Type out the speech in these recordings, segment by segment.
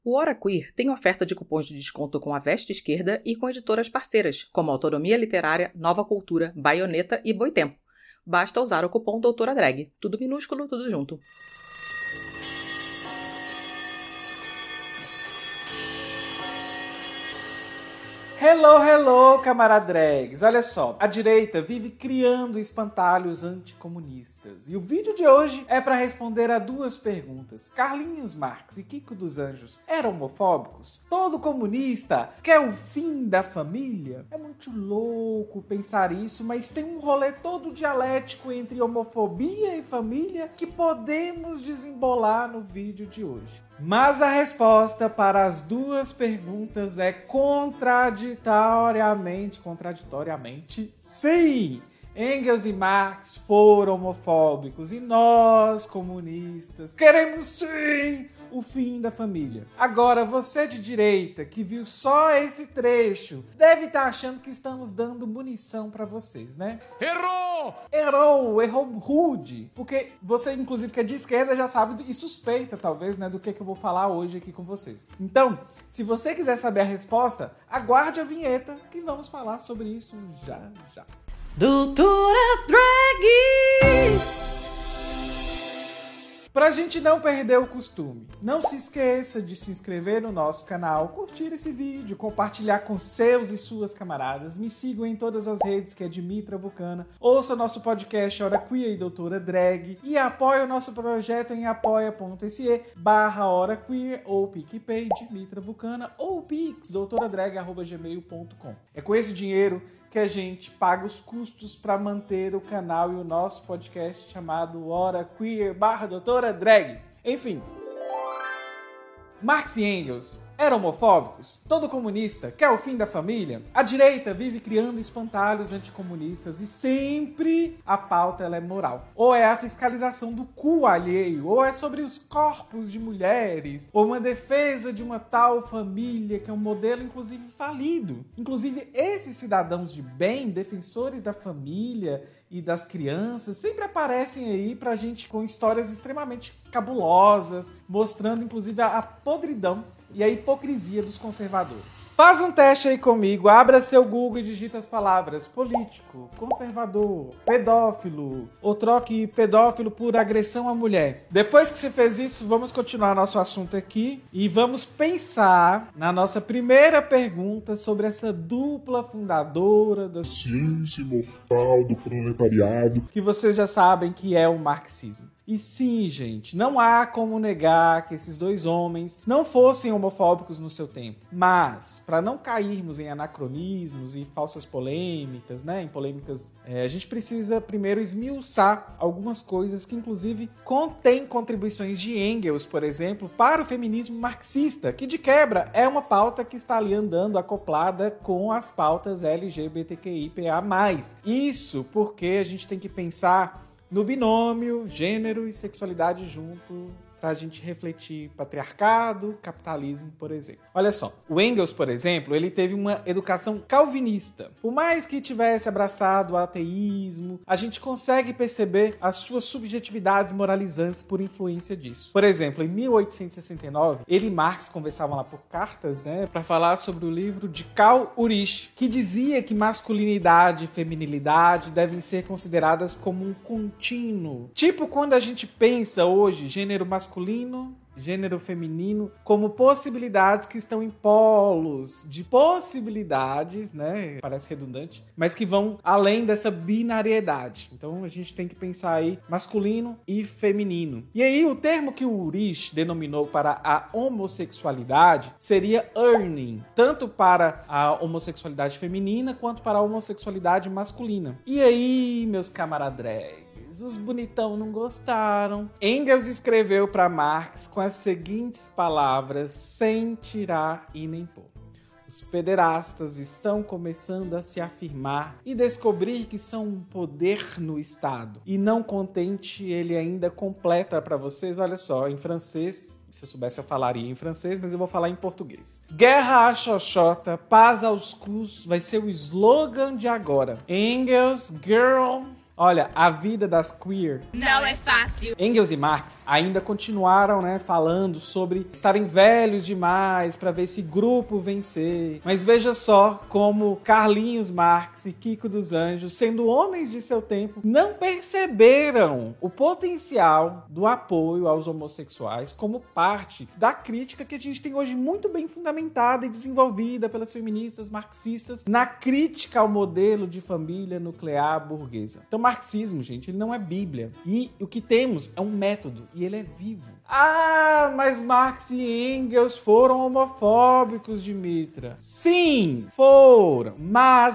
O Hora Queer tem oferta de cupons de desconto com a Veste Esquerda e com editoras parceiras, como Autonomia Literária, Nova Cultura, Baioneta e Boitempo. Basta usar o cupom Doutora Drag. Tudo minúsculo, tudo junto. Hello, camaradrags! Olha só, a direita vive criando espantalhos anticomunistas. E o vídeo de hoje é para responder a duas perguntas. Carlinhos Marx e Kiko dos Anjos eram homofóbicos? Todo comunista quer o fim da família? É muito louco pensar isso, mas tem um rolê todo dialético entre homofobia e família que podemos desembolar no vídeo de hoje. Mas a resposta para as duas perguntas é contraditoriamente sim! Engels e Marx foram homofóbicos e nós, comunistas, queremos sim o fim da família. Agora, você de direita que viu só esse trecho deve estar achando que estamos dando munição para vocês, né? Errou rude. Porque você, inclusive, que é de esquerda já sabe e suspeita, talvez, né, do que eu vou falar hoje aqui com vocês. Então, se você quiser saber a resposta, aguarde a vinheta que vamos falar sobre isso já. Doutora Drag! Pra gente não perder o costume, não se esqueça de se inscrever no nosso canal, curtir esse vídeo, compartilhar com seus e suas camaradas, me sigam em todas as redes que é Dimitra Vulcana, ouça nosso podcast Hora Queer e Doutora Drag e apoie o nosso projeto em apoia.se/Hora Queer ou PicPay Dimitra Vulcana ou Pix doutoradrag@gmail.com. É com esse dinheiro que a gente paga os custos para manter o canal e o nosso podcast chamado Hora Queer /Doutora Drag. Enfim, Marx e Engels eram homofóbicos? Todo comunista quer o fim da família? A direita vive criando espantalhos anticomunistas e sempre a pauta ela é moral. Ou é a fiscalização do cu alheio, ou é sobre os corpos de mulheres, ou uma defesa de uma tal família que é um modelo inclusive falido. Inclusive esses cidadãos de bem, defensores da família e das crianças, sempre aparecem aí pra gente com histórias extremamente cabulosas, mostrando inclusive a podridão e a hipocrisia dos conservadores. Faz um teste aí comigo, abra seu Google e digita as palavras político, conservador, pedófilo, ou troque pedófilo por agressão à mulher. Depois que você fez isso, vamos continuar nosso assunto aqui e vamos pensar na nossa primeira pergunta sobre essa dupla fundadora da ciência imortal do proletariado, que vocês já sabem que é o marxismo. E sim, gente, não há como negar que esses dois homens não fossem homofóbicos no seu tempo. Mas, para não cairmos em anacronismos e falsas polêmicas, né, em polêmicas, a gente precisa primeiro esmiuçar algumas coisas que, inclusive, contêm contribuições de Engels, por exemplo, para o feminismo marxista, que, de quebra, é uma pauta que está ali andando acoplada com as pautas LGBTQIA+. Isso porque a gente tem que pensar no binômio, gênero e sexualidade junto, pra gente refletir patriarcado, capitalismo, por exemplo. Olha só, o Engels, por exemplo, ele teve uma educação calvinista. Por mais que tivesse abraçado o ateísmo, a gente consegue perceber as suas subjetividades moralizantes por influência disso. Por exemplo, em 1869, ele e Marx conversavam lá por cartas, né, para falar sobre o livro de Karl Ulrich, que dizia que masculinidade e feminilidade devem ser consideradas como um contínuo. Tipo quando a gente pensa hoje, gênero masculino, gênero feminino, como possibilidades que estão em polos de possibilidades, né? Parece redundante, mas que vão além dessa binariedade. Então a gente tem que pensar aí masculino e feminino. E aí o termo que o Ulrich denominou para a homossexualidade seria Urning, tanto para a homossexualidade feminina quanto para a homossexualidade masculina. E aí, meus camaradrags, os bonitão não gostaram. Engels escreveu para Marx com as seguintes palavras, sem tirar e nem pôr. Os pederastas estão começando a se afirmar e descobrir que são um poder no Estado. E não contente, ele ainda completa para vocês, olha só, em francês. Se eu soubesse, eu falaria em francês, mas eu vou falar em português. Guerra à xoxota, paz aos cus, vai ser o slogan de agora. Engels, girl, Olha, a vida das queer não é fácil. Engels e Marx ainda continuaram, falando sobre estarem velhos demais para ver esse grupo vencer. Mas veja só como Carlinhos Marx e Quico dos Anjos, sendo homens de seu tempo, não perceberam o potencial do apoio aos homossexuais como parte da crítica que a gente tem hoje muito bem fundamentada e desenvolvida pelas feministas marxistas na crítica ao modelo de família nuclear burguesa. Então, marxismo, gente, ele não é Bíblia. E o que temos é um método, e ele é vivo. Ah, mas Marx e Engels foram homofóbicos, Dimitra. Sim, foram. Mas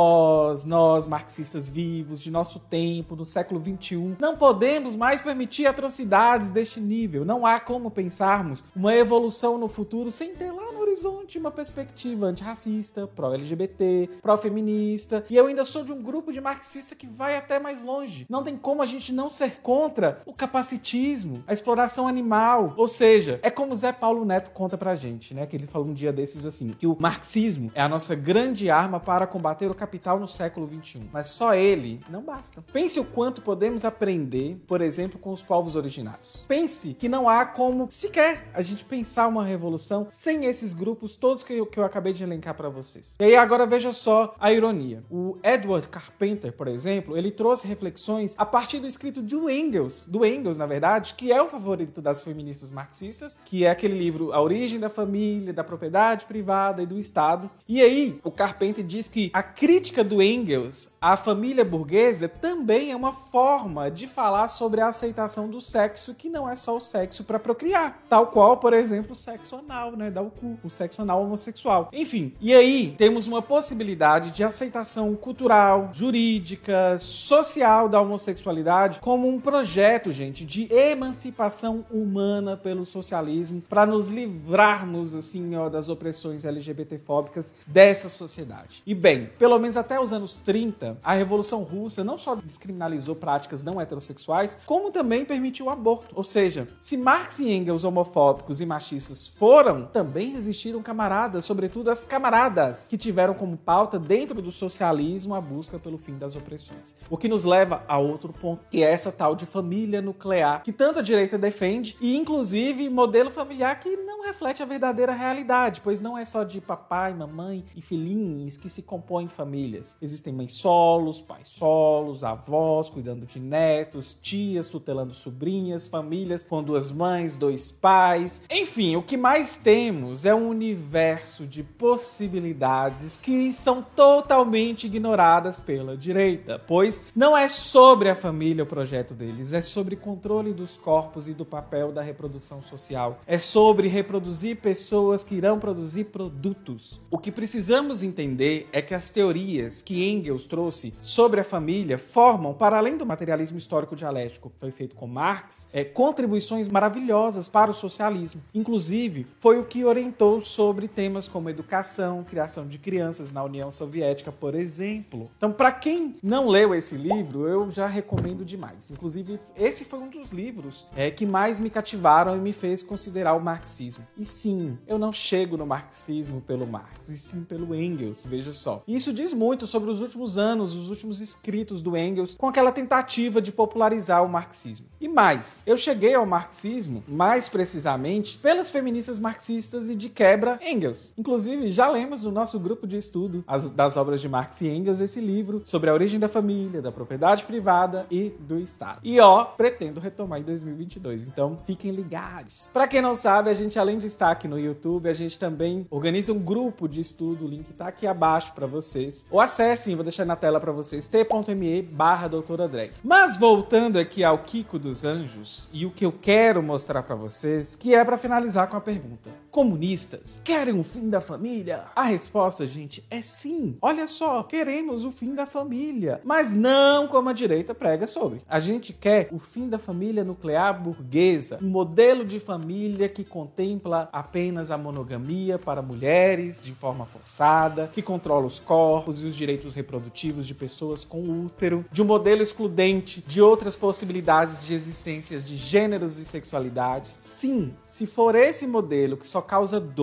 nós marxistas vivos, de nosso tempo, do século XXI, não podemos mais permitir atrocidades deste nível. Não há como pensarmos uma evolução no futuro sem ter lá no horizonte uma perspectiva antirracista, pró-LGBT, pró-feminista. E eu ainda sou de um grupo de marxistas que vai até mais longe. Não tem como a gente não ser contra o capacitismo, a exploração animal. Ou seja, é como Zé Paulo Neto conta pra gente, que ele falou um dia desses assim, que o marxismo é a nossa grande arma para combater o capital no século XXI. Mas só ele não basta. Pense o quanto podemos aprender, por exemplo, com os povos originários. Pense que não há como sequer a gente pensar uma revolução sem esses grupos todos que eu acabei de elencar para vocês. E aí agora veja só a ironia. O Edward Carpenter, por exemplo, ele trouxe reflexões a partir do escrito do Engels, na verdade, que é o favorito das feministas marxistas, que é aquele livro A Origem da Família, da Propriedade Privada e do Estado. E aí o Carpenter diz que a crítica do Engels à família burguesa também é uma forma de falar sobre a aceitação do sexo, que não é só o sexo para procriar, tal qual, por exemplo, o sexo anal, dar o cu, o sexo anal homossexual. Enfim, e aí temos uma possibilidade de aceitação cultural, jurídica, social da homossexualidade como um projeto, gente, de emancipação humana pelo socialismo para nos livrarmos, das opressões LGBTfóbicas dessa sociedade. E bem, pelo menos até os anos 30, a Revolução Russa não só descriminalizou práticas não heterossexuais, como também permitiu o aborto. Ou seja, se Marx e Engels homofóbicos e machistas foram, também existiram camaradas, sobretudo as camaradas, que tiveram como pauta dentro do socialismo a busca pelo fim das opressões. O que nos leva a outro ponto, que é essa tal de família nuclear, que tanto a direita defende, e inclusive modelo familiar que não reflete a verdadeira realidade, pois não é só de papai, mamãe e filhinhos que se compõem famílias. Existem mães solos, pais solos, avós cuidando de netos, tias tutelando sobrinhas, famílias com 2 mães, 2 pais. Enfim, o que mais temos é um universo de possibilidades que são totalmente ignoradas pela direita, pois não é sobre a família o projeto deles, é sobre controle dos corpos e do papel da reprodução social, é sobre reproduzir pessoas que irão produzir produtos. O que precisamos entender é que as teorias que Engels trouxe sobre a família formam, para além do materialismo histórico dialético que foi feito com Marx, contribuições maravilhosas para o socialismo. Inclusive, foi o que orientou sobre temas como educação, criação de crianças na União Soviética, por exemplo. Então, para quem não leu esse livro, eu já recomendo demais. Inclusive, esse foi um dos livros que mais me cativaram e me fez considerar o marxismo. E sim, eu não chego no marxismo pelo Marx, e sim pelo Engels, veja só. E isso diz muito sobre os últimos anos, os últimos escritos do Engels, com aquela tentativa de popularizar o marxismo. E mais, eu cheguei ao marxismo, mais precisamente, pelas feministas marxistas e de quebra Engels. Inclusive, já lemos no nosso grupo de estudo das obras de Marx e Engels esse livro sobre a origem da família, da propriedade privada e do Estado. E pretendo retomar em 2022, então fiquem ligados. Pra quem não sabe, a gente, além de estar aqui no YouTube, a gente também organiza um grupo de estudo, o link tá aqui abaixo pra vocês. Ou acessem, vou deixar na tela pra vocês, t.me/doutoradrag. Mas voltando aqui ao Quico dos Anjos, e o que eu quero mostrar pra vocês, que é pra finalizar com a pergunta: comunistas querem o fim da família? A resposta, gente, é sim. Olha só, queremos o fim da família, mas não como a direita prega sobre. A gente quer o fim da família nuclear burguesa, um modelo de família que contempla apenas a monogamia para mulheres de forma forçada, que controla os corpos e os direitos reprodutivos de pessoas com útero, de um modelo excludente de outras possibilidades de existências de gêneros e sexualidades. Sim, se for esse modelo que só causa dor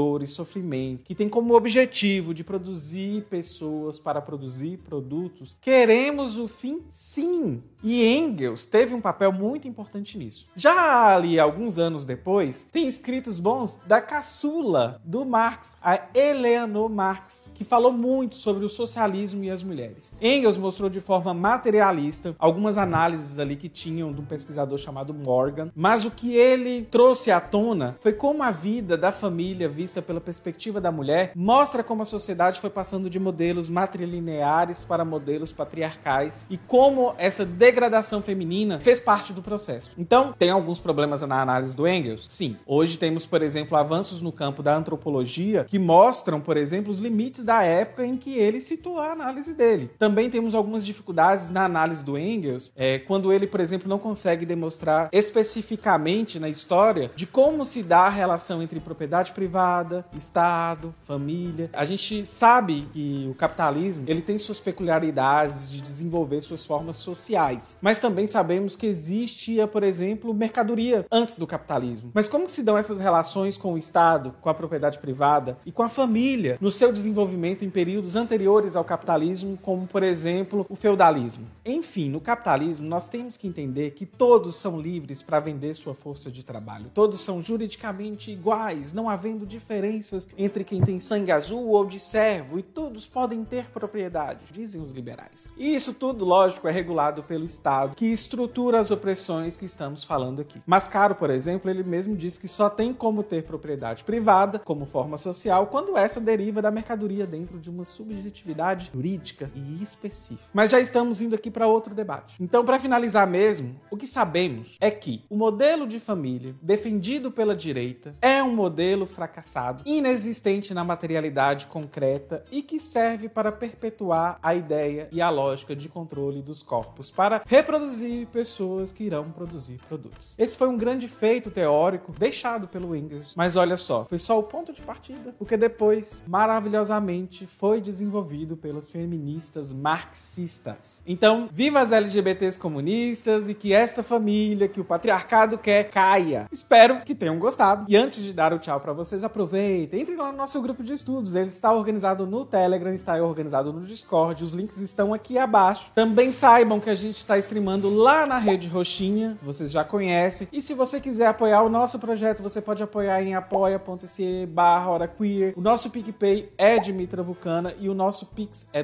dor e sofrimento, que tem como objetivo de produzir pessoas para produzir produtos, queremos o fim, sim. E Engels teve um papel muito importante nisso. Já ali, alguns anos depois, tem escritos bons da caçula do Marx, a Eleanor Marx, que falou muito sobre o socialismo e as mulheres. Engels mostrou de forma materialista algumas análises ali que tinham de um pesquisador chamado Morgan, mas o que ele trouxe à tona foi como a vida da família vista pela perspectiva da mulher mostra como a sociedade foi passando de modelos matrilineares para modelos patriarcais e como essa degradação feminina fez parte do processo. Então, tem alguns problemas na análise do Engels? Sim. Hoje temos, por exemplo, avanços no campo da antropologia que mostram, por exemplo, os limites da época em que ele citou a análise dele. Também temos algumas dificuldades na análise do Engels, quando ele, por exemplo, não consegue demonstrar especificamente na história de como se dá a relação entre propriedade privada, Estado, família. A gente sabe que o capitalismo ele tem suas peculiaridades de desenvolver suas formas sociais, mas também sabemos que existia, por exemplo, mercadoria antes do capitalismo. Mas como se dão essas relações com o Estado, com a propriedade privada e com a família no seu desenvolvimento em períodos anteriores ao capitalismo, como, por exemplo, o feudalismo? Enfim, no capitalismo, nós temos que entender que todos são livres para vender sua força de trabalho. Todos são juridicamente iguais, não havendo diferenças entre quem tem sangue azul ou de servo, e todos podem ter propriedade, dizem os liberais. E isso tudo, lógico, é regulado pelo Estado, que estrutura as opressões que estamos falando aqui. Mascaro, por exemplo, ele mesmo diz que só tem como ter propriedade privada, como forma social, quando essa deriva da mercadoria dentro de uma subjetividade jurídica e específica. Mas já estamos indo aqui para outro debate. Então, para finalizar mesmo, o que sabemos é que o modelo de família defendido pela direita é um modelo fracassado, inexistente na materialidade concreta e que serve para perpetuar a ideia e a lógica de controle dos corpos, para reproduzir pessoas que irão produzir produtos. Esse foi um grande feito teórico deixado pelo Engels, mas olha só, foi só o ponto de partida, porque depois, maravilhosamente, foi desenvolvido pelas feministas marxistas. Então, viva as LGBTs comunistas e que esta família que o patriarcado quer caia. Espero que tenham gostado. E antes de dar o tchau pra vocês, aproveitem, entrem lá no nosso grupo de estudos. Ele está organizado no Telegram, está organizado no Discord. Os links estão aqui abaixo. Também saibam que a gente está streamando lá na Rede Roxinha, vocês já conhecem. E se você quiser apoiar o nosso projeto, você pode apoiar em apoia.se/horaqueer. O nosso PicPay é de Mitra Vulcana e o nosso Pix é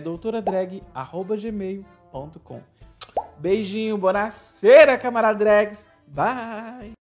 doutoradrag@gmail.com. Beijinho, bonaceira, camarada drags. Bye!